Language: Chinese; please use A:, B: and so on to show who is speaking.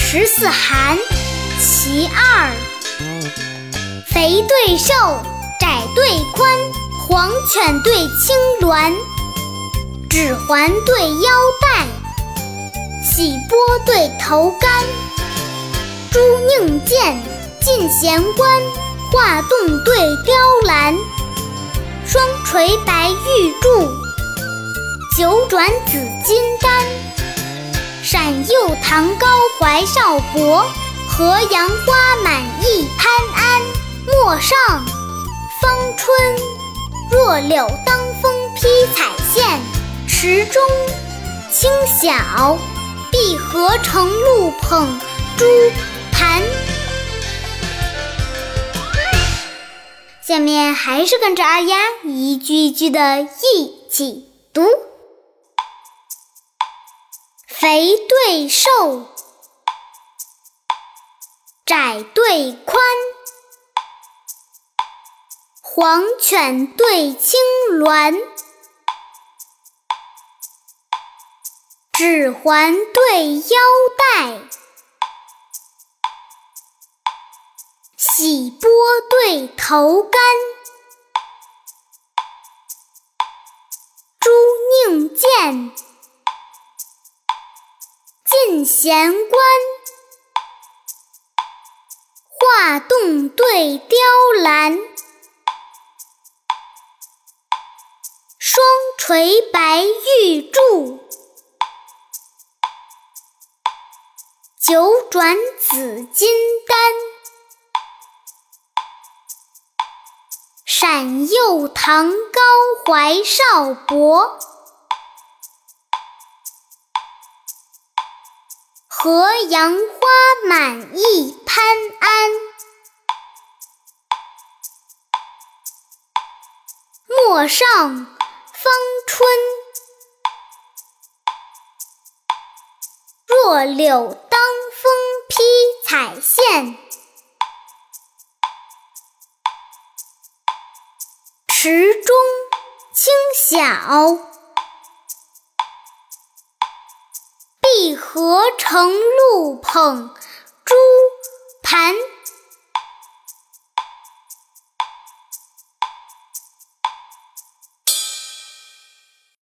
A: 14寒其二。肥对瘦，窄对宽，黄犬对青鸾，指环对腰带，喜波对头竿，朱宁剑，进贤官，画栋对雕栏，双垂白玉柱，九转紫金丹，闪右堂高怀少伯，河阳花满溢潘安。陌上芳春，弱柳当风披彩线，池中清晓，碧荷乘露捧珠盘。下面还是跟着二丫一句一句的一起读。肥对瘦，窄对宽，黄犬对青鸾，指环对腰带，喜波对头竿，朱宁剑，进贤官，画栋对雕栏，双垂白玉柱，九转紫金丹，闪右堂高怀少伯，河阳花满溢潘安。陌上芳春，弱柳当风披彩线，池中清晓，碧荷乘露捧